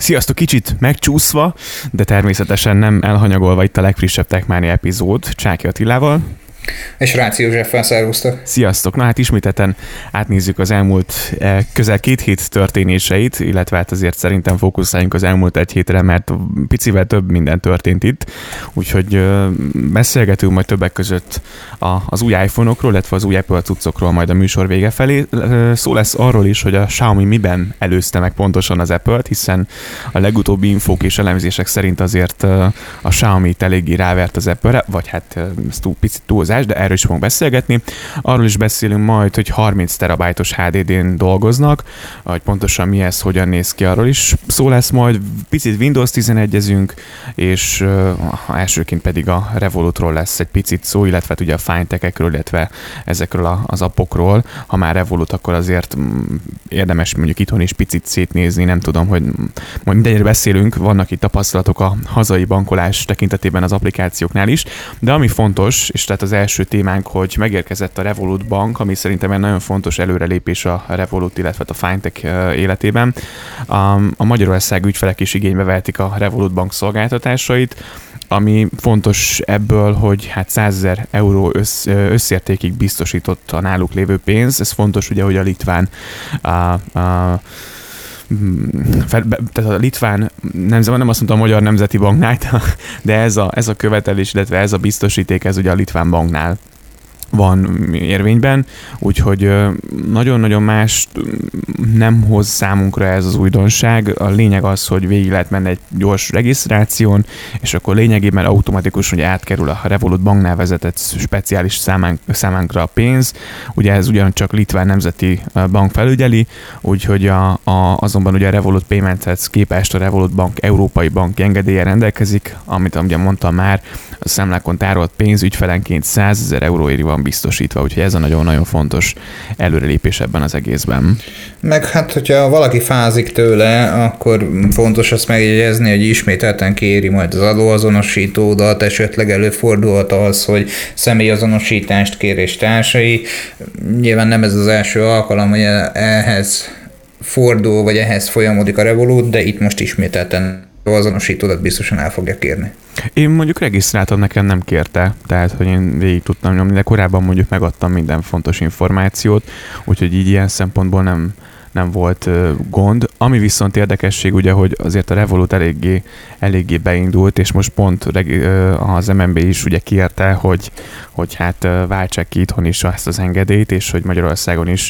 Sziasztok, kicsit megcsúszva, de természetesen nem elhanyagolva itt a legfrissebb Techmania epizód Csáky Attilával. És Rácz Józseffel, szervusztok! Sziasztok! Na hát ismételten átnézzük az elmúlt közel 2 hét történéseit, illetve hát azért szerintem fókuszáljunk az elmúlt 1 hétre, mert picivel több minden történt itt, úgyhogy beszélgetünk majd többek között az új iPhone-okról, illetve az új Apple cuccokról majd a műsor vége felé. Szó lesz arról is, hogy a Xiaomi miben előzte meg pontosan az Apple-t, hiszen a legutóbbi infók és elemzések szerint azért a Xiaomi eléggé rávert az Apple-re, vagy hát ez picit túlzás, de erről is fogunk beszélgetni. Arról is beszélünk majd, hogy 30 terabájtos HDD-n dolgoznak, hogy pontosan mi ez, hogyan néz ki, arról is szó lesz majd. Picit Windows 11-ezünk, és elsőként pedig a Revolutról lesz egy picit szó, illetve ugye a Fintech-ekről, illetve ezekről az appokról. Ha már Revolut, akkor azért érdemes mondjuk itthon is picit szétnézni, nem tudom, hogy majd mindenre beszélünk, vannak itt tapasztalatok a hazai bankolás tekintetében az applikációknál is, de ami fontos, és tehát az első témánk, hogy megérkezett a Revolut Bank, ami szerintem egy nagyon fontos előrelépés a Revolut, illetve a Fintech életében. A Magyarország ügyfelek is igénybe vehetik a Revolut Bank szolgáltatásait, ami fontos ebből, hogy hát 100 000 euró összértékig biztosított a náluk lévő pénz. Ez fontos ugye, hogy a litván tehát a litván, nem azt mondtam a Magyar Nemzeti Banknál, de ez a követelés, illetve ez a biztosíték, ez ugye a litván banknál van érvényben, úgyhogy nagyon-nagyon más nem hoz számunkra ez az újdonság. A lényeg az, hogy végig lehet menni egy gyors regisztráción, és akkor lényegében automatikusan ugye átkerül a Revolut banknál vezetett speciális számánkra a pénz. Ugye ez ugyancsak Litván Nemzeti Bank felügyeli, úgyhogy azonban ugye a Revolut Payments-hez képest a Revolut Bank Európai Bank engedélye rendelkezik, amit ugye mondtam már, a számlákon tárolt pénz ügyfelenként 100 000 euróért van biztosítva, úgyhogy ez a nagyon-nagyon fontos előrelépés ebben az egészben. Meg hát, hogyha valaki fázik tőle, akkor fontos azt megjegyezni, hogy ismételten kéri majd az adóazonosítódat, esetleg előfordulhat az, hogy személyazonosítást kér és társai. Nyilván nem ez az első alkalom, hogy ehhez fordul, vagy ehhez folyamodik a Revolut, de itt most ismételten azonosítódat biztosan el fogja kérni. Én mondjuk regisztráltam, nekem nem kérte, tehát hogy én végig tudtam nyomni, de korábban mondjuk megadtam minden fontos információt, úgyhogy így ilyen szempontból nem volt gond. Ami viszont érdekesség ugye, hogy azért a Revolut eléggé beindult, és most pont az MNB is ugye kérte, hogy hát váltsák ki itthon is ezt az engedélyt, és hogy Magyarországon is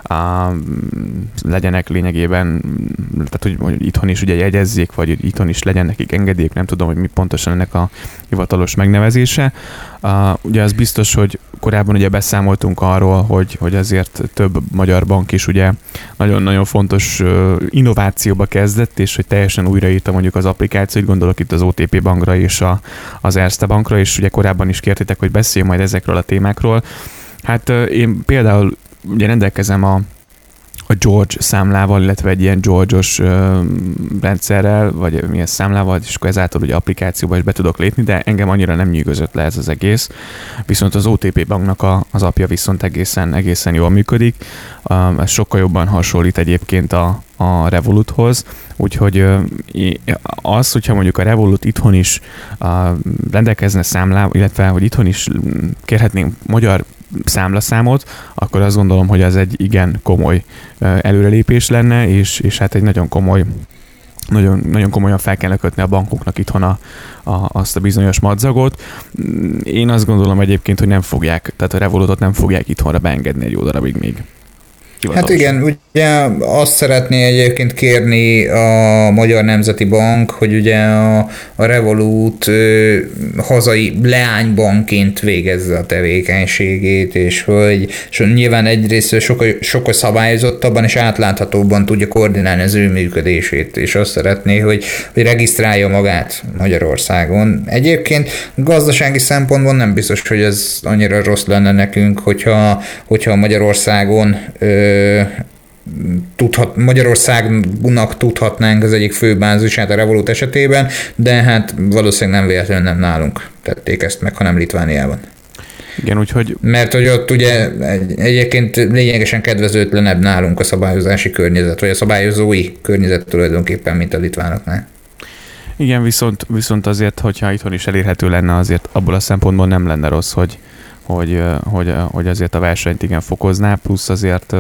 legyenek lényegében, tehát hogy itthon is ugye jegyezzék, vagy itthon is legyen nekik engedélyek, nem tudom, hogy mi pontosan ennek a hivatalos megnevezése. Ugye az biztos, hogy korábban ugye beszámoltunk arról, hogy azért több magyar bank is ugye nagyon-nagyon fontos innovációba kezdett, és hogy teljesen újraírta mondjuk az applikációt, gondolok itt az OTP bankra és az Erste bankra, és ugye korábban is kértétek, hogy beszéljünk majd ezekről a témákról. Hát én például ugye rendelkezem a George számlával, illetve egy ilyen George-os rendszerrel, vagy milyen számlával, és akkor ezáltal ugye applikációba is be tudok lépni, de engem annyira nem nyűgözött le ez az egész. Viszont az OTP banknak az apja viszont egészen jól működik. Ez sokkal jobban hasonlít egyébként a Revoluthoz, úgyhogy az, hogyha mondjuk a Revolut itthon is rendelkezne számlával, illetve hogy itthon is kérhetnénk magyar számlaszámot, akkor azt gondolom, hogy ez egy igen komoly előrelépés lenne, és hát egy nagyon komolyan fel kellene kötni a bankoknak itthon azt a bizonyos madzagot. Én azt gondolom egyébként, hogy nem fogják, tehát a Revolutot nem fogják itthonra beengedni egy jó darabig még. Hát igen, ugye azt szeretné egyébként kérni a Magyar Nemzeti Bank, hogy ugye a Revolut hazai leánybankként végezze a tevékenységét, és hogy nyilván egyrészt sokkal szabályozottabban és átláthatóbban tudja koordinálni az ő működését, és azt szeretné, hogy regisztrálja magát Magyarországon. Egyébként gazdasági szempontból nem biztos, hogy ez annyira rossz lenne nekünk, hogyha Magyarországon Magyarországnak tudhatnánk az egyik fő bázisát a Revolut esetében, de hát valószínűleg nem véletlenül nem nálunk tették ezt meg, hanem Litvániában. Igen, úgyhogy... Mert hogy ott ugye egyébként lényegesen kedvezőtlenebb nálunk a szabályozási környezet, vagy a szabályozói környezet tulajdonképpen, mint a litvánoknál. Igen, viszont azért, hogyha itthon is elérhető lenne, azért abból a szempontból nem lenne rossz, hogy azért a versenyt igen fokozná, plusz azért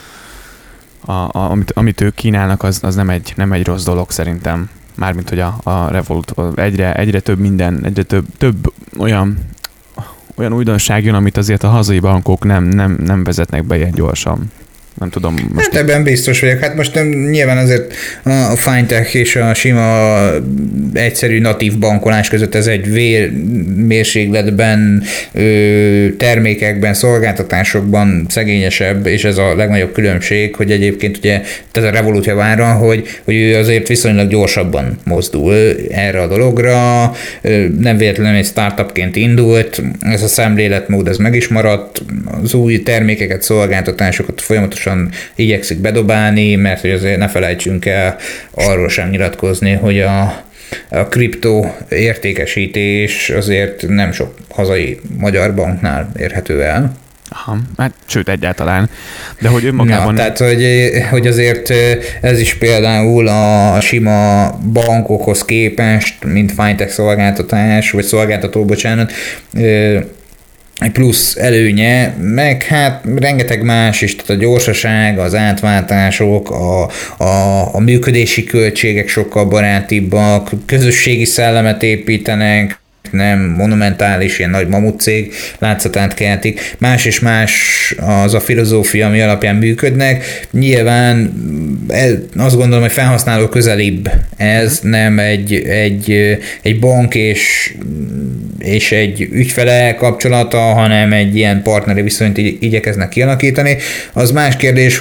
amit ők kínálnak, az nem egy rossz dolog szerintem. Mármint, hogy a Revolut egyre több minden, egyre több olyan újdonság jön, amit azért a hazai bankok nem vezetnek be ilyen gyorsan. Nem tudom. Most hát ebben biztos vagyok. Hát most nyilván azért a fintech és a sima egyszerű natív bankolás között ez egy vérmérsékletben, termékekben, szolgáltatásokban szegényesebb, és ez a legnagyobb különbség, hogy egyébként ugye ez a Revolut javára, hogy ő azért viszonylag gyorsabban mozdul erre a dologra, nem véletlenül egy startupként indult, ez a szemléletmód ez meg is maradt, az új termékeket, szolgáltatásokat folyamatosan igyekszik bedobálni, mert hogy azért ne felejtsünk el arról sem nyilatkozni, hogy a kriptó értékesítés azért nem sok hazai magyar banknál érhető el. Aha, hát sőt egyáltalán. De hogy önmagában... Ja, tehát, hogy azért ez is például a sima bankokhoz képest, mint fintech szolgáltatás, vagy szolgáltató, bocsánat, egy plusz előnye, meg hát rengeteg más is, tehát a gyorsaság, az átváltások, a működési költségek sokkal barátibbak, közösségi szellemet építenek, nem monumentális, ilyen nagy mamutcég látszatát keltik. Más és más az a filozófia, ami alapján működnek. Nyilván azt gondolom, hogy felhasználó közelibb ez, nem egy bank és egy ügyfele kapcsolata, hanem egy ilyen partneri viszonyt igyekeznek kialakítani. Az más kérdés,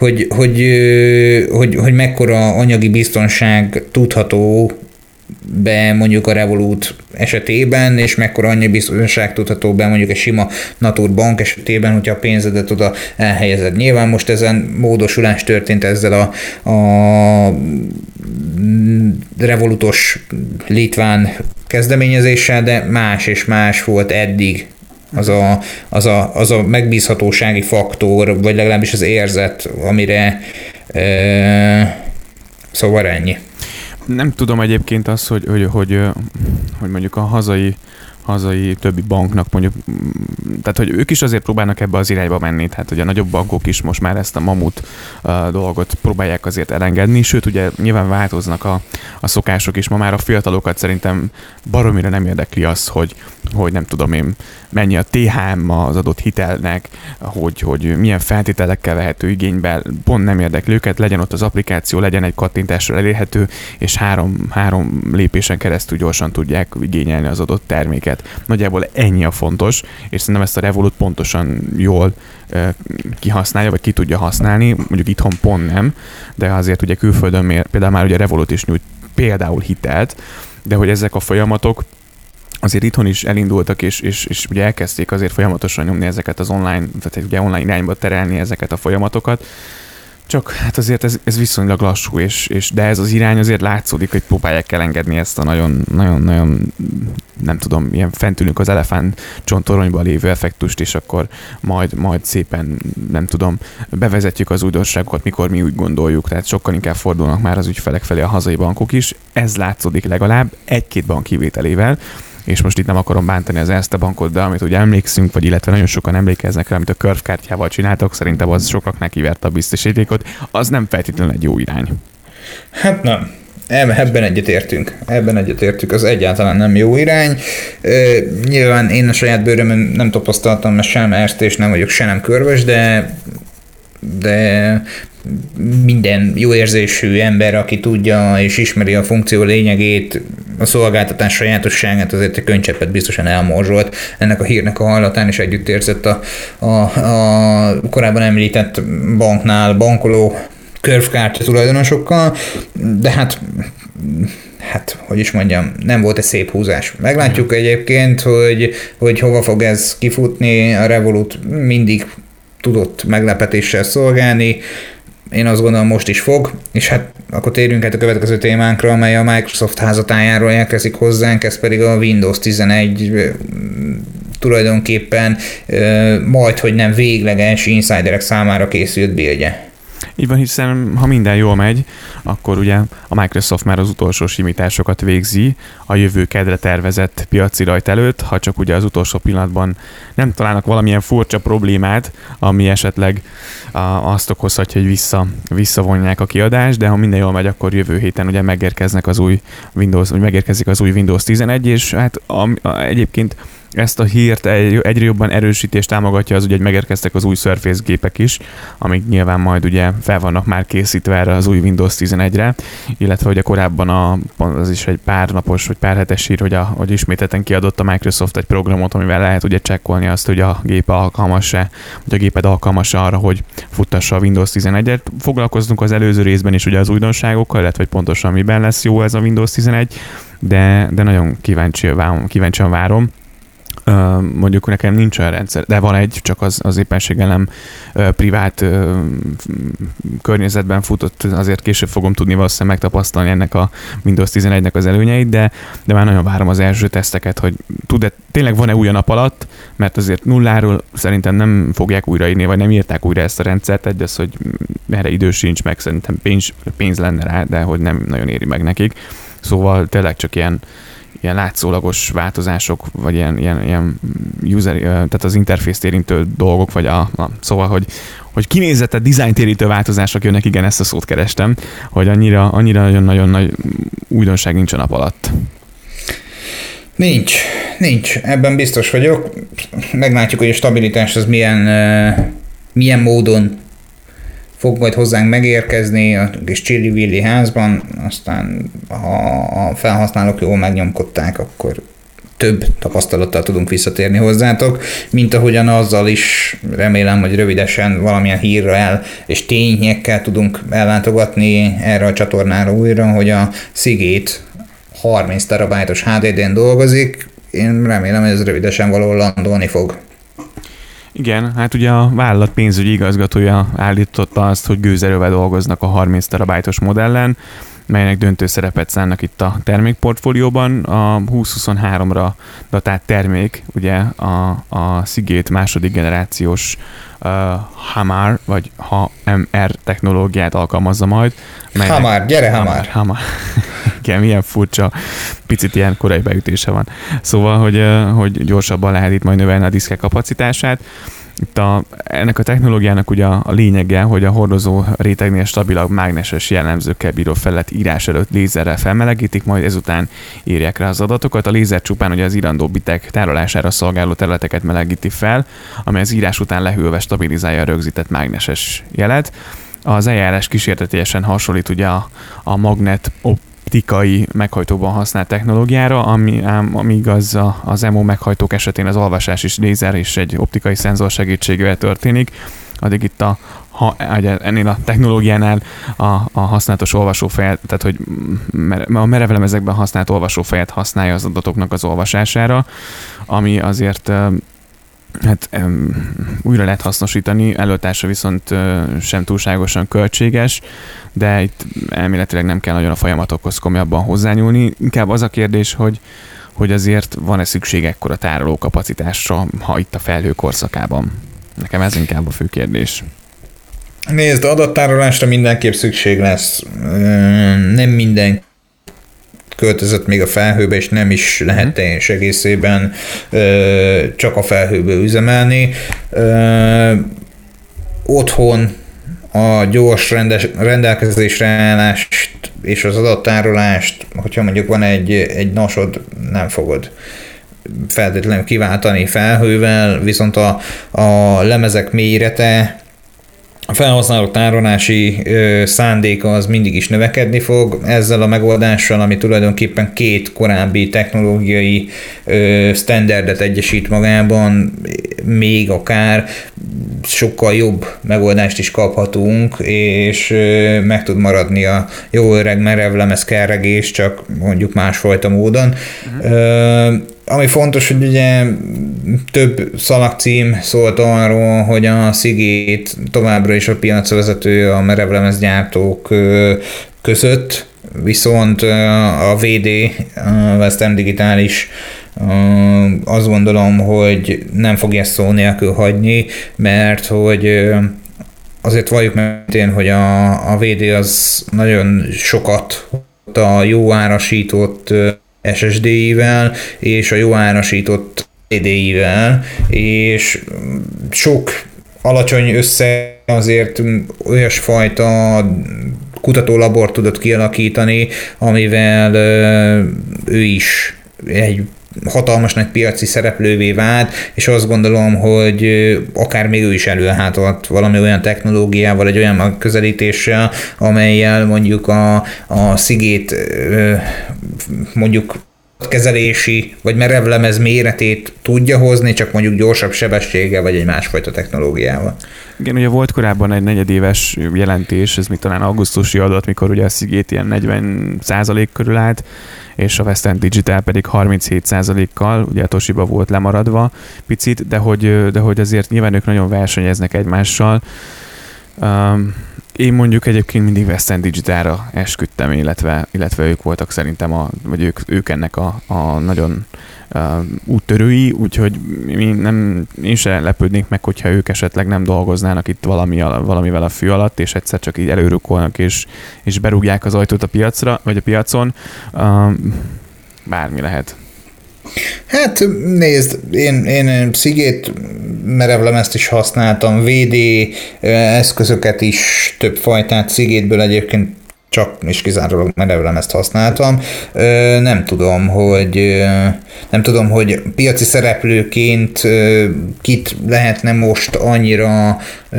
hogy mekkora anyagi biztonság tudható be mondjuk a Revolut esetében, és mekkora annyi biztonság tudható be mondjuk egy sima Natur bank esetében, hogyha a pénzedet oda elhelyezed. Nyilván most ezen módosulás történt ezzel a Revolutos litván kezdeményezéssel, de más és más volt eddig az a megbízhatósági faktor, vagy legalábbis az érzet, amire szóval ennyi. Nem tudom egyébként azt, hogy mondjuk a hazai többi banknak mondjuk, tehát hogy ők is azért próbálnak ebbe az irányba menni, tehát hogy a nagyobb bankok is most már ezt a mamut dolgot próbálják azért elengedni, sőt ugye nyilván változnak a szokások is, ma már a fiatalokat szerintem baromira nem érdekli az, hogy nem tudom én, mennyi a THM az adott hitelnek, hogy milyen feltételekkel vehető igénybe, pont nem érdekli őket, legyen ott az applikáció, legyen egy kattintással elérhető, és három lépésen keresztül gyorsan tudják igényelni az adott terméket. Nagyjából ennyi a fontos, és szerintem ezt a Revolut pontosan jól kihasználja, vagy ki tudja használni, mondjuk itthon pont nem, de azért ugye külföldön például már ugye Revolut is nyújt például hitelt, de hogy ezek a folyamatok azért itthon is elindultak, és ugye elkezdték azért folyamatosan nyomni ezeket az online, tehát ugye online irányba terelni ezeket a folyamatokat, csak hát azért ez viszonylag lassú, de ez az irány azért látszódik, hogy próbálják elengedni ezt a nagyon nem tudom, ilyen fent ülünk az elefánt csontoronyban lévő effektust, és akkor majd szépen, nem tudom, bevezetjük az újdonságokat, mikor mi úgy gondoljuk, tehát sokkal inkább fordulnak már az ügyfelek felé a hazai bankok is, ez látszódik legalább egy-két bank kivételével, és most itt nem akarom bántani az Erste bankot, de amit ugye emlékszünk, vagy illetve nagyon sokan emlékeznek rá, amit a Curve kártyával csináltak, szerintem az sokaknak kiverte a biztosítékot, az nem feltétlenül egy jó irány. Hát nem. Ebben egyetértünk, az egyáltalán nem jó irány. Nyilván én a saját bőrömön nem tapasztaltam, mert sem Erste és nem vagyok se nem körvös, de minden jó érzésű ember, aki tudja és ismeri a funkció lényegét, a szolgáltatás sajátosságát, azért a könycseppet biztosan elmorzsolt. Ennek a hírnek a hallatán is együtt érzett a korábban említett banknál bankoló Curve kártya tulajdonosokkal, de hát hogy is mondjam, nem volt egy szép húzás. Meglátjuk egyébként, hogy hova fog ez kifutni, a Revolut mindig tudott meglepetéssel szolgálni, én azt gondolom most is fog, és hát akkor térjünk át a következő témánkra, amely a Microsoft házatájáról érkezik hozzánk, ez pedig a Windows 11 tulajdonképpen majd, hogy nem végleges insiderek számára készült buildje. Így van, hiszen ha minden jól megy, akkor ugye a Microsoft már az utolsó simításokat végzi a jövő kedre tervezett piaci rajt előtt, ha csak ugye az utolsó pillanatban nem találnak valamilyen furcsa problémát, ami esetleg azt okozhatja, hogy visszavonják a kiadást, de ha minden jól megy, akkor jövő héten ugye megérkezik az új Windows 11, és hát egyébként ezt a hírt egyre jobban erősíti és támogatja az, ugye, hogy megérkeztek az új Surface gépek is, amik nyilván majd ugye fel vannak már készítve erre az új Windows 11-re, illetve hogy a korábban az is egy pár napos vagy pár hetes hír, hogy ismételten kiadott a Microsoft egy programot, amivel lehet ugye csekkolni azt, hogy a gép alkalmas-e, vagy a géped alkalmas arra, hogy futtassa a Windows 11-et. Foglalkoztunk az előző részben is ugye az újdonságokkal, illetve hogy pontosan miben lesz jó ez a Windows 11, de nagyon kíváncsian várom. Mondjuk nekem nincs olyan rendszer, de van egy, csak az éppenséggel nem privát környezetben futott, azért később fogom tudni valószínűleg megtapasztalni ennek a Windows 11-nek az előnyeit, de már nagyon várom az első teszteket, hogy tényleg van-e új a nap alatt, mert azért nulláról szerintem nem fogják újraírni, vagy nem írták újra ezt a rendszert, egy az, hogy erre idő sincs, meg szerintem pénz lenne rá, de hogy nem nagyon éri meg nekik. Szóval tényleg csak ilyen látszólagos változások, vagy ilyen user, tehát az interfészt érintő dolgok, vagy szóval, hogy kinézetet, dizájnt érintő változások jönnek, igen, ezt a szót kerestem, hogy annyira nagyon-nagyon nagy újdonság nincs a nap alatt. Nincs. Ebben biztos vagyok. Meglátjuk, hogy a stabilitás az milyen módon fog majd hozzánk megérkezni a kis Chili-Willy házban, aztán ha a felhasználók jól megnyomkodták, akkor több tapasztalattal tudunk visszatérni hozzátok, mint ahogyan azzal is remélem, hogy rövidesen valamilyen hírrel és tényekkel tudunk ellátogatni erre a csatornára újra, hogy a Seagate 30 terabájtos HDD-n dolgozik. Én remélem, hogy ez rövidesen valahol landolni fog. Igen, hát ugye a vállalat pénzügyi igazgatója állította azt, hogy gőzerővel dolgoznak a 30 terabájtos modellen, melynek döntő szerepet szánnak itt a termékportfólióban. A 2023-ra datált termék, ugye a Seagate második generációs HAMR, vagy HMR technológiát alkalmazza majd. HAMR, gyere HAMR! Igen, milyen furcsa, picit ilyen korai beütése van. Szóval, hogy gyorsabban lehet itt majd növelni a diszkek kapacitását. Itt ennek a technológiának ugye a lényege, hogy a hordozó rétegnél stabilabb mágneses jellemzőkkel bíró felület írás előtt lézerrel felmelegítik, majd ezután írják rá az adatokat. A lézer csupán ugye az írandó bitek tárolására szolgáló területeket melegíti fel, amely az írás után lehűlve stabilizálja a rögzített mágneses jelet. Az eljárás kísértetiesen hasonlít ugye a magnet optikai meghajtóban használt technológiára, amíg az MO meghajtók esetén az olvasás is lézer és egy optikai szenzor segítségével történik, addig itt ennél a technológiánál a használatos olvasófejet, tehát hogy a merevlemezekben használt olvasófejet használja az adatoknak az olvasására, ami azért újra lehet hasznosítani, előtársa viszont sem túlságosan költséges, de itt elméletileg nem kell nagyon a folyamatokhoz komolyabban hozzányúlni. Inkább az a kérdés, hogy azért van-e szükség ekkora tárolókapacitásra, ha itt a felhő korszakában? Nekem ez inkább a fő kérdés. Nézd, adattárolásra mindenképp szükség lesz. Nem minden költözött még a felhőbe, és nem is lehet teljes egészében csak a felhőből üzemelni. Otthon a gyors rendelkezésre állást és az adattárolást, hogyha mondjuk van egy nasod, nem fogod feltétlenül kiváltani felhővel, viszont a lemezek mérete, a felhasználók tárolási szándéka az mindig is növekedni fog ezzel a megoldással, ami tulajdonképpen két korábbi technológiai standardet egyesít magában, még akár sokkal jobb megoldást is kaphatunk, és meg tud maradni a jó öreg merevlemez kerregés, csak mondjuk másfajta módon. Ami fontos, hogy ugye több szalagcím szólt arról, hogy a Seagate továbbra is a piacvezető a merevlemezgyártók között, viszont a VD, a Western Digital is Azt gondolom, hogy nem fogja ezt szó nélkül hagyni, mert hogy azért valljuk meg, hogy a VD az nagyon sokat a jó árasított SSD-ivel és a jó árasított CD-ivel, és sok alacsony összeg azért olyasfajta kutatólabort tudott kialakítani, amivel ő is egy hatalmas nagy piaci szereplővé vált, és azt gondolom, hogy akár még ő is előállhatott valami olyan technológiával, egy olyan megközelítéssel, amellyel mondjuk a Seagate mondjuk kezelési vagy merevlemez méretét tudja hozni, csak mondjuk gyorsabb sebességgel, vagy egy másfajta technológiával. Igen, ugye volt korábban egy negyedéves jelentés, ez még talán augusztusi adat, mikor ugye a Seagate ilyen 40% körül állt, és a Western Digital pedig 37%-kal, ugye a Toshiba volt lemaradva picit, de hogy azért nyilván ők nagyon versenyeznek egymással. Én mondjuk egyébként mindig Western Digitalra esküdtem, illetve ők voltak szerintem, vagy ők ennek a nagyon úttörői, úgyhogy én sem lepődnék meg, hogyha ők esetleg nem dolgoznának itt valamivel a fű alatt, és egyszer csak így előrukkolnak, és berúgják az ajtót a piacra, vagy a piacon. Bármi lehet. Hát nézd, én Seagate merevlemezt is használtam, VD eszközöket is, több fajtát Seagate-ből egyébként csak és kizárólag merevlemezt használtam. Nem tudom, hogy piaci szereplőként kit lehetne most annyira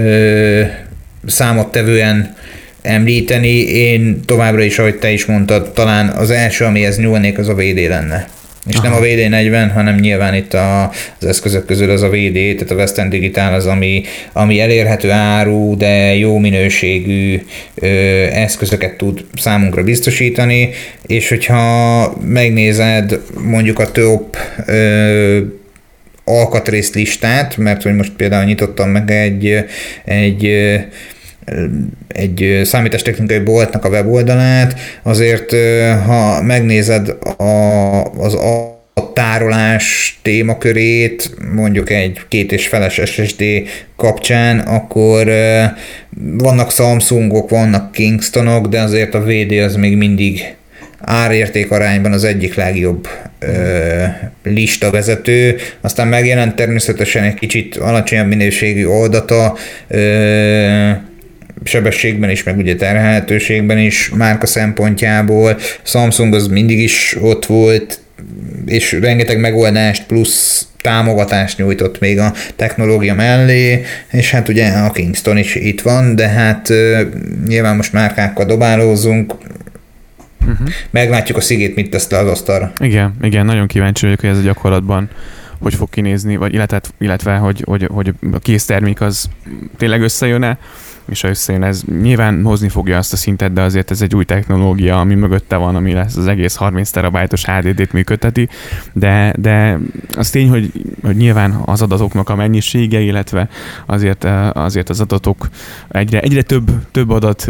számottevően említeni. Én továbbra is, ahogy te is mondtad, talán az első, amihez nyúlnék, az a VD lenne. És nem a VD40, hanem nyilván itt az eszközök közül az a VD, tehát a Western Digital az, ami elérhető áru, de jó minőségű eszközöket tud számunkra biztosítani, és hogyha megnézed mondjuk a top alkatrészlistát, mert hogy most például nyitottam meg egy számítástechnikai boltnak a weboldalát, azért ha megnézed az a tárolás témakörét, mondjuk egy 2,5-es SSD kapcsán, akkor vannak Samsungok, vannak Kingstonok, de azért a VD az még mindig árérték arányban az egyik legjobb listavezető. Aztán megjelent természetesen egy kicsit alacsonyabb minőségű oldata, sebességben is, meg ugye terhelhetőségben is, márka szempontjából. Samsung az mindig is ott volt, és rengeteg megoldást plusz támogatást nyújtott még a technológia mellé, és hát ugye a Kingston is itt van, de hát nyilván most márkákkal dobálózunk, meglátjuk a Seagate mit tesz le az asztalra. Igen, nagyon kíváncsi vagyok, hogy ez a gyakorlatban hogy fog kinézni, vagy illetve hogy a késztermék az tényleg összejön-e, és ha összejön, ez nyilván hozni fogja azt a szintet, de azért ez egy új technológia, ami mögötte van, ami lesz az egész 30 terabájtos HDD-t működteti, de az tény, hogy nyilván az adatoknak a mennyisége, illetve azért az adatok egyre több adat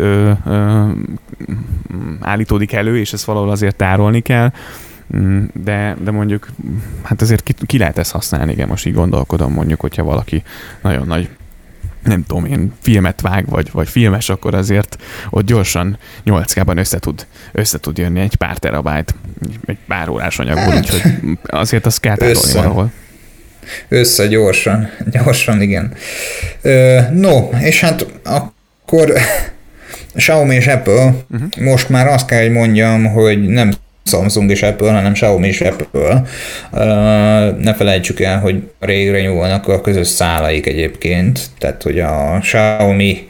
állítódik elő, és ezt valahol azért tárolni kell, de mondjuk, hát azért ki lehet ezt használni, igen, most így gondolkodom, mondjuk, hogyha valaki nagyon nagy, nem tudom én, filmet vág, vagy filmes, akkor azért ott gyorsan 8K-ban össze tud jönni egy pár terabájt, egy pár órás anyagból, úgyhogy azért azt kell tárolni valahol. Gyorsan, igen. No, és hát akkor Xiaomi és Apple, most már azt kell, hogy mondjam, hogy nem Samsung és Apple, hanem Xiaomi és Apple. Ne felejtsük el, hogy régre nyúlnak a közös szálaik egyébként, tehát hogy a Xiaomi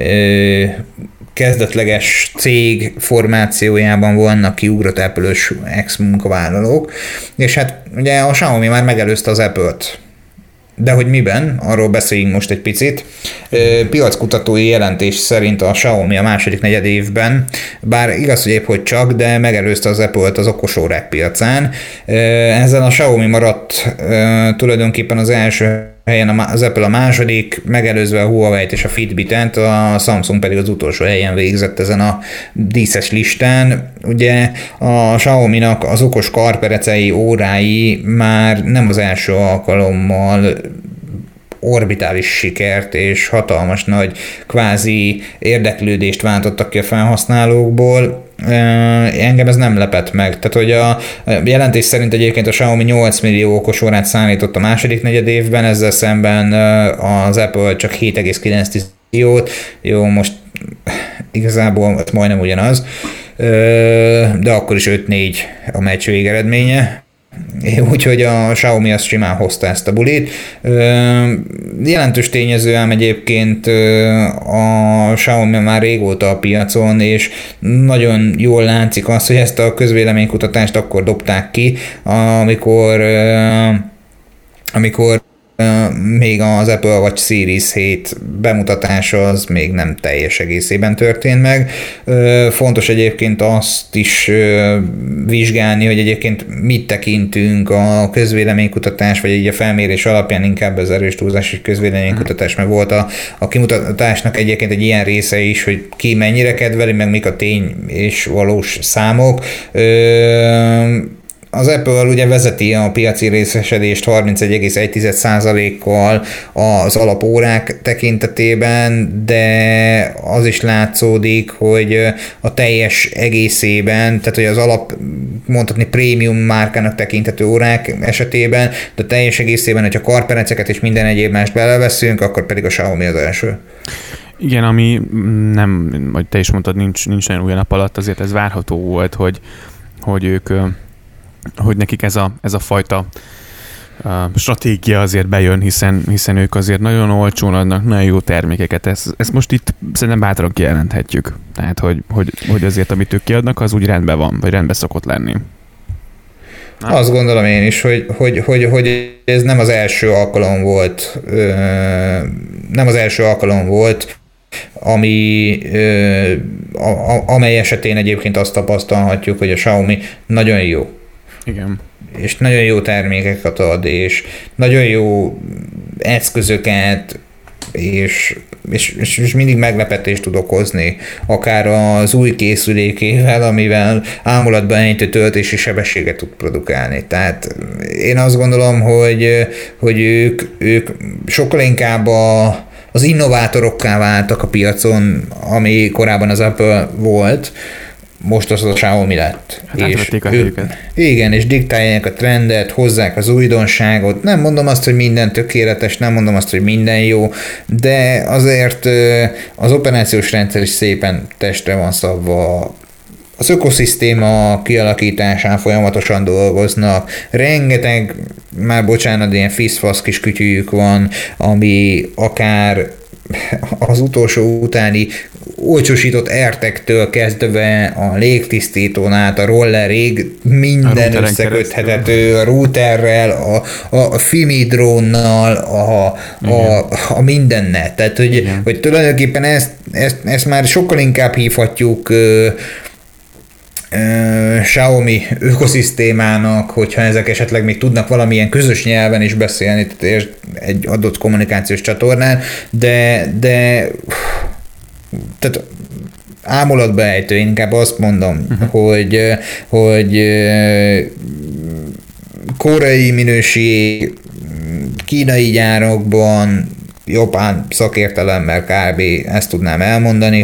kezdetleges cég formációjában vannak kiugrott Apple-ös ex-munkavállalók, és hát ugye a Xiaomi már megelőzte az Apple-t. De hogy miben, arról beszéljünk most egy picit. Piackutatói jelentés szerint a Xiaomi a második negyedévben, bár igaz, hogy épp hogy csak, de megelőzte az Apple-t az okosórák piacán. Ezzel a Xiaomi maradt tulajdonképpen az első helyen az Apple a második, megelőzve a Huawei-t és a Fitbit-et, a Samsung pedig az utolsó helyen végzett ezen a díszes listán. Ugye a Xiaomi-nak az okos karperecei, órái már nem az első alkalommal orbitális sikert és hatalmas nagy kvázi érdeklődést váltottak ki a felhasználókból. Engem ez nem lepett meg. Tehát, hogy a jelentés szerint egyébként a Xiaomi 8 millió okos órát szállított a második negyedévben, ezzel szemben az Apple csak 7,9 milliót. Jó, most igazából majdnem ugyanaz, de akkor is 5-4 a meccs végeredménye. Úgyhogy a Xiaomi az simán hozta ezt a bulit. Jelentős tényező ám egyébként a Xiaomi már régóta a piacon, és nagyon jól látszik az, hogy ezt a közvéleménykutatást akkor dobták ki, amikor még az Apple Watch Series 7 bemutatása az még nem teljes egészében történt meg. Fontos egyébként azt is vizsgálni, hogy egyébként mit tekintünk a közvéleménykutatás, vagy így a felmérés alapján, inkább az erős túlzás közvéleménykutatás, mert volt a kimutatásnak egyébként egy ilyen része is, hogy ki mennyire kedveli, meg mik a tény és valós számok. Az Apple ugye vezeti a piaci részesedést 31,1%-kal az alapórák tekintetében, de az is látszódik, hogy a teljes egészében, tehát hogy az alap, mondhatni prémium márkának tekintető órák esetében, de a teljes egészében, hogyha karpereceket és minden egyéb mást beleveszünk, akkor pedig a Xiaomi az első. Igen, ami nem, vagy te is mondtad, nincs nagyon új nap alatt, azért ez várható volt, hogy ők hogy nekik ez a fajta stratégia azért bejön, hiszen ők azért nagyon olcsón adnak nagyon jó termékeket. Ezt most itt szerintem bátran kijelenthetjük. Tehát, hogy azért, amit ők kiadnak, az úgy rendben van, vagy rendben szokott lenni. Azt gondolom én is, hogy ez nem az első alkalom volt, amely esetén egyébként azt tapasztalhatjuk, hogy a Xiaomi nagyon jó. Igen. És nagyon jó termékeket ad, és nagyon jó eszközöket, és mindig meglepetést tud okozni, akár az új készülékével, amivel ámulatban ejtő töltési sebességet tud produkálni. Tehát én azt gondolom, hogy ők sokkal inkább az innovátorokká váltak a piacon, ami korábban az Apple volt, most az a Xiaomi lett. Hát a helyüket. Igen, és diktálják a trendet, hozzák az újdonságot. Nem mondom azt, hogy minden tökéletes, nem mondom azt, hogy minden jó, de azért az operációs rendszer is szépen testre van szabva. Az ökoszisztéma kialakításán folyamatosan dolgoznak. Rengeteg, már bocsánat, ilyen fiszfasz kis kütyűjük van, ami akár az utolsó utáni olcsosított AirTag-től kezdve a légtisztítón át a rollerig minden összeköthethető, a routerrel, a Fimi drónnal, a mindennel. Tehát, hogy tulajdonképpen ezt már sokkal inkább hívhatjuk Xiaomi ökoszisztémának, hogyha ezek esetleg még tudnak valamilyen közös nyelven is beszélni, tehát egy adott kommunikációs csatornán, de tehát ámulatba ejtő, inkább azt mondom, hogy koreai minőség, kínai gyárakban, japán szakértelemmel kb. Ezt tudnám elmondani,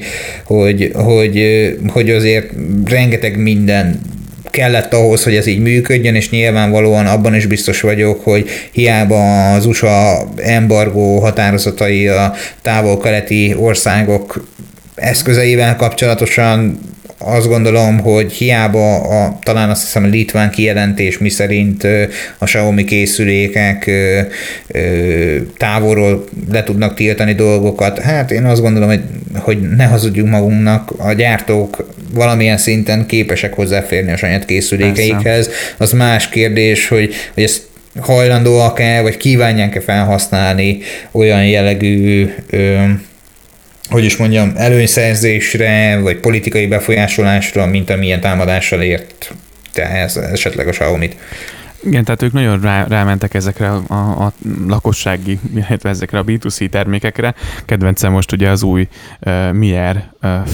hogy azért rengeteg minden kellett ahhoz, hogy ez így működjön, és nyilvánvalóan abban is biztos vagyok, hogy hiába az USA embargó határozatai a távol-keleti országok eszközeivel kapcsolatosan, azt gondolom, hogy hiába talán azt hiszem a litván kijelentés, miszerint a Xiaomi készülékek távolról le tudnak tiltani dolgokat. Hát én azt gondolom, hogy ne hazudjunk magunknak, a gyártók valamilyen szinten képesek hozzáférni a saját készülékeikhez. Az más kérdés, hogy ezt hajlandóak-e, vagy kívánják-e felhasználni olyan jellegű hogy is mondjam, előnyszerzésre, vagy politikai befolyásolásra, mint amilyen támadással ért te esetleg a Xiaomit. Igen, tehát ők nagyon rámentek ezekre a lakossági, illetve ezekre a B2C termékekre. Kedvencem most ugye az új Mier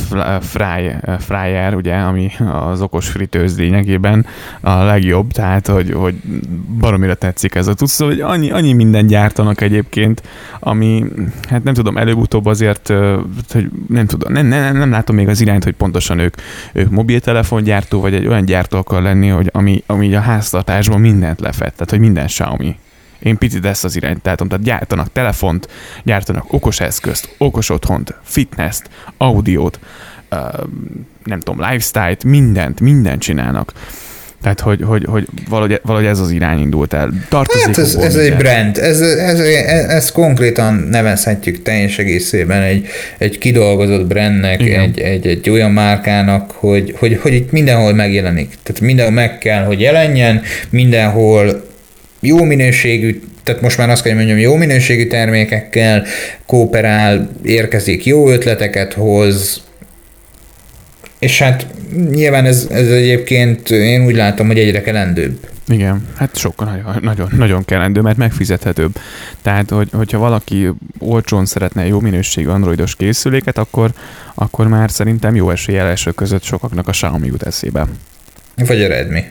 Fryer, ugye, ami az okos fritőz lényegében a legjobb, tehát hogy baromira tetszik ez a tudsz, hogy annyi mindent gyártanak egyébként, ami, hát nem tudom, előbb-utóbb azért, hogy nem tudom, nem látom még az irányt, hogy pontosan ők mobiltelefongyártó, vagy egy olyan gyártó akar lenni, hogy ami a háztartásban mindent lefed, tehát hogy minden Xiaomi. Én picit ezt az irányt látom, tehát gyártanak telefont, gyártanak okos eszközt, okos otthont, fitness-t, audiót, nem tudom, lifestyle-t, mindent csinálnak. Tehát, hogy valahogy ez az irány indult el. Hát ez egy brand, ez konkrétan nevezhetjük teljes egészében egy kidolgozott brandnek, egy olyan márkának, hogy itt mindenhol megjelenik. Tehát mindenhol meg kell, hogy jelenjen, mindenhol jó minőségű, tehát most már azt kell, hogy mondjam, jó minőségű termékekkel kooperál, érkezik, jó ötleteket hoz, és hát nyilván ez egyébként én úgy látom, hogy egyre kellendőbb. Igen, hát sokkal nagyon kellendő, mert megfizethetőbb. Tehát, hogyha valaki olcsón szeretne jó minőségű androidos készüléket, akkor már szerintem jó eséllyel első között sokaknak a Xiaomi jut eszébe. Vagy a Redmi.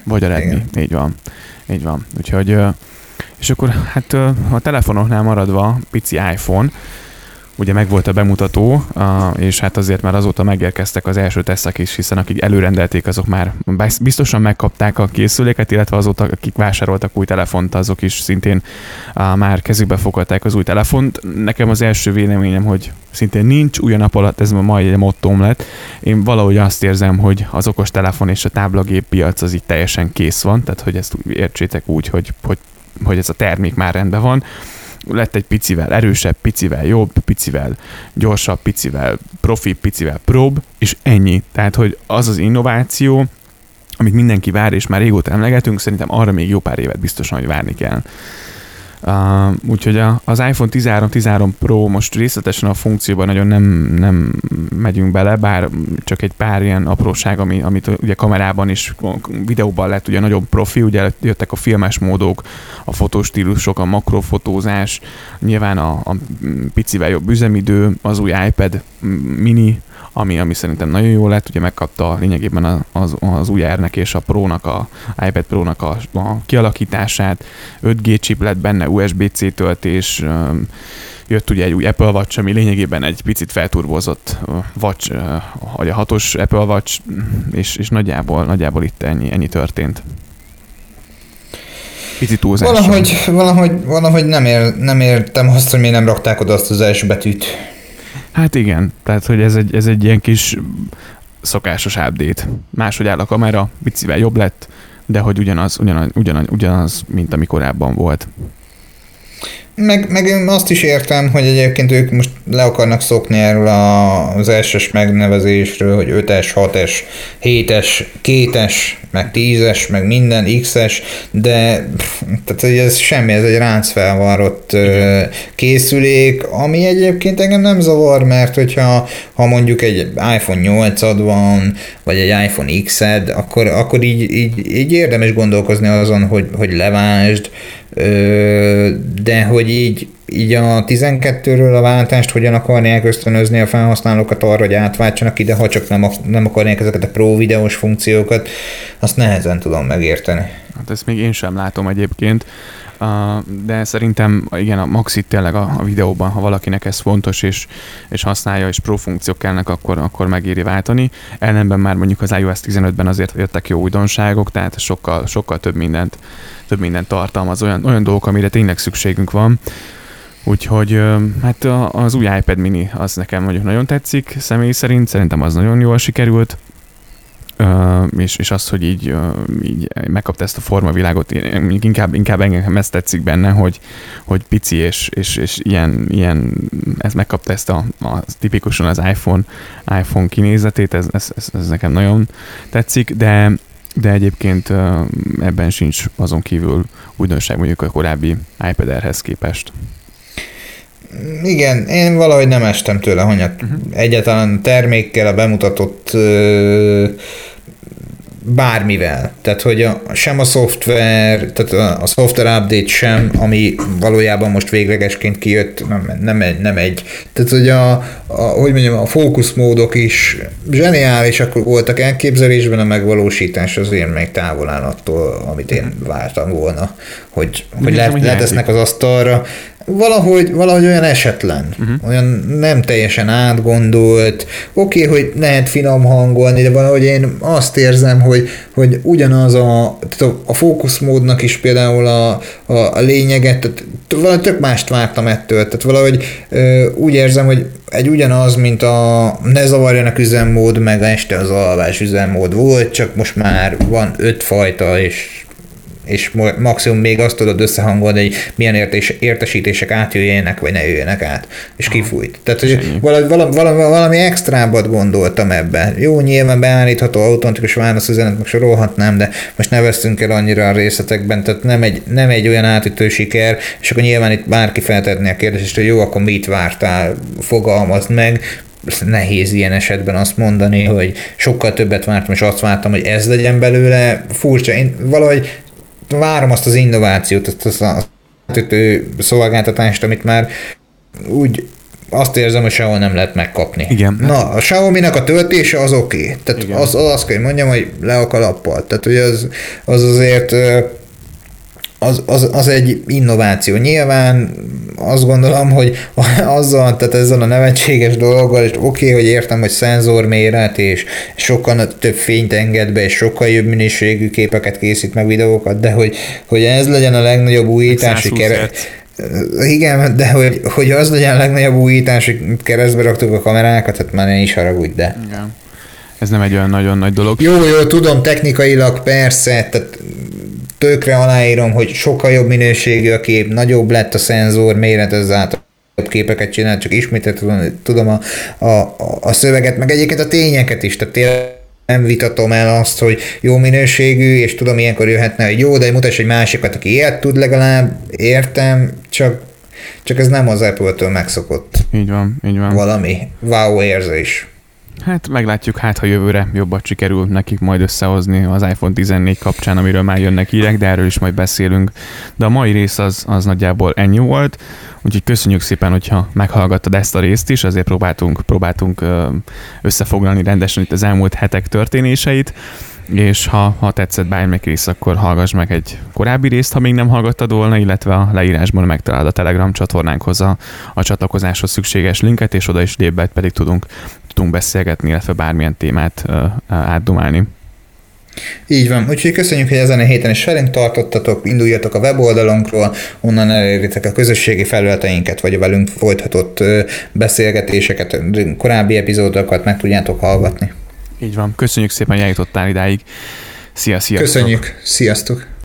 Így van. Úgyhogy, és akkor hát a telefonoknál maradva pici iPhone, ugye megvolt a bemutató, és hát azért már azóta megérkeztek az első tesztek is, hiszen akik előrendelték, azok már biztosan megkapták a készüléket, illetve azóta, akik vásároltak új telefont, azok is szintén már kezükbe foghatták az új telefont. Nekem az első véleményem, hogy szintén nincs új a nap alatt, ez ma egy mottóm lett. Én valahogy azt érzem, hogy az okos telefon és a táblagép piac az így teljesen kész van, tehát hogy ezt értsétek úgy, hogy ez a termék már rendben van. Lett egy picivel erősebb, picivel jobb, picivel gyorsabb, picivel profi, picivel próbb, és ennyi. Tehát, hogy az az innováció, amit mindenki vár, és már régóta emlegetünk, szerintem arra még jó pár évet biztosan, hogy várni kell. Úgyhogy az iPhone 13 Pro most részletesen a funkcióban nagyon nem megyünk bele, bár csak egy pár ilyen apróság, amit ugye kamerában is, videóban lett ugye nagyon profi, ugye jöttek a filmes módok, a fotostílusok, a makrofotózás, nyilván a picivel jobb üzemidő, az új iPad mini, ami szerintem nagyon jó lett, ugye megkapta lényegében az új R-nek és a Pro-nak, a iPad Pro-nak a kialakítását, 5G chip lett benne, USB-C töltés, jött ugye egy új Apple Watch, ami lényegében egy picit felturbozott Watch, vagy a 6-os Apple Watch, és nagyjából itt ennyi történt. Picit túlzással. Valahogy nem értem azt, hogy miért nem rakták oda azt az első betűt. Hát igen, tehát hogy ez egy ilyen kis szokásos update. Máshogy áll a kamera, picivel jobb lett, de hogy ugyanaz, mint ami korábban volt. Meg én azt is értem, hogy egyébként ők most le akarnak szokni erről az S-es megnevezésről, hogy 5-es, 6-es, 7-es, 2-es, meg 10-es, meg minden X-es, de tehát ez semmi, ez egy ráncfelvarrott készülék, ami egyébként engem nem zavar, mert hogyha mondjuk egy iPhone 8-ad van, vagy egy iPhone X-ed, akkor így érdemes gondolkozni azon, hogy levásd, de hogy így a 12-ről a váltást hogyan akarják ösztönözni a felhasználókat arra, hogy átváltsanak ide, ha csak nem akarják ezeket a pro videós funkciókat, azt nehezen tudom megérteni. Hát ezt még én sem látom egyébként, de szerintem igen, a Maxit tényleg a videóban, ha valakinek ez fontos, és használja, és pro funkciók kellnek, akkor megéri váltani. Ellenben már mondjuk az iOS 15-ben azért jöttek jó újdonságok, tehát sokkal több mindent tartalmaz, olyan dolgok, amire tényleg szükségünk van. Úgyhogy hát az új iPad mini az nekem mondjuk nagyon tetszik, személy szerint, szerintem az nagyon jól sikerült, és az, hogy így megkapta ezt a formavilágot, inkább engem ezt tetszik benne, hogy pici és ilyen ez megkapta ezt a tipikusan az iPhone kinézetét, ez nekem nagyon tetszik, de egyébként ebben sincs azon kívül újdonság mondjuk a korábbi iPad Air-hez képest. Igen, én valahogy nem estem tőle, hogy egyáltalán termékkel a bemutatott bármivel. Tehát, hogy sem a szoftver, tehát a software update sem, ami valójában most véglegesként kijött, nem egy. Tehát, hogy hogy mondjam, a fókuszmódok is zseniálisak voltak elképzelésben, a megvalósítás azért még távol áll attól, amit én vártam volna, hogy letesznek az asztalra. Valahogy olyan esetlen, olyan nem teljesen átgondolt, oké, hogy lehet finom hangolni, de valahogy én azt érzem, hogy ugyanaz a fókuszmódnak is például a lényeget, tehát valahogy tök mást vártam ettől, tehát valahogy úgy érzem, hogy egy ugyanaz, mint a ne zavarjanak üzemmód, meg este az alvás üzemmód volt, csak most már van 5 fajta, és maximum még azt tudod összehangolni, hogy milyen értesítések átjöjjenek, vagy ne jöjjenek át, és kifújt. Tehát, hogy valami extrábbat gondoltam ebben. Jó, nyilván beállítható automatikus válaszüzenet, meg sorolhatnám, de most ne vesztünk el annyira a részletekben, tehát nem egy olyan átütő siker, és akkor nyilván itt bárki feltetné a kérdést, hogy jó, akkor mit vártál, fogalmazd meg. Nehéz ilyen esetben azt mondani, hogy sokkal többet vártam, és azt vártam, hogy ez legyen belőle. Furcsa, én valahogy várom azt az innovációt, azt az átütő szolgáltatást, amit már úgy azt érzem, hogy sehol nem lehet megkapni. Igen. Na, a Xiaomi-nak a töltése az oké. Tehát azt kell mondjam, hogy le a kalappal. Tehát, hogy az azért az egy innováció. Nyilván azt gondolom, hogy tehát ezzel a nevetséges dologgal, és oké, hogy értem, hogy szenzorméret, és sokkal több fényt enged be, és sokkal jobb minőségű képeket készít meg videókat, de hogy ez legyen a legnagyobb újítási igen, de hogy az legyen a legnagyobb újítás, hogy keresztbe raktuk a kamerákat, hát már ne is haragudj, de... Igen. Ez nem egy olyan nagyon nagy dolog. Jó, tudom, technikailag persze, tehát tökre aláírom, hogy sokkal jobb minőségű a kép, nagyobb lett a szenzor méret, ezáltal jobb képeket csinál, csak ismételten tudom a szöveget, meg egyébként a tényeket is, tehát tényleg nem vitatom el azt, hogy jó minőségű, és tudom, ilyenkor jöhetne, hogy jó, de mutass egy másikat, aki ilyet tud legalább, értem, csak ez nem az Apple-től megszokott. Így van. Valami wow érzés. Hát meglátjuk, ha jövőre jobbat sikerül nekik majd összehozni az iPhone 14 kapcsán, amiről már jönnek hírek, de erről is majd beszélünk. De a mai rész az nagyjából ennyi volt, úgyhogy köszönjük szépen, hogyha meghallgattad ezt a részt is, azért próbáltunk összefoglalni rendesen itt az elmúlt hetek történéseit, és ha tetszett bármelyik rész, akkor hallgass meg egy korábbi részt, ha még nem hallgattad volna, illetve a leírásban megtalálod a Telegram csatornánkhoz a csatlakozáshoz szükséges linket, és oda is lépve pedig tudunk beszélgetni, illetve bármilyen témát átdumálni. Így van, úgyhogy köszönjük, hogy ezen a héten is velünk tartottatok, induljatok a weboldalunkról, onnan elérjétek a közösségi felületeinket, vagy a velünk folytatott beszélgetéseket, korábbi epizódokat meg tudjátok hallgatni. Így van, köszönjük szépen, hogy eljutottál idáig. Szia, sziasztok! Köszönjük, sziasztok!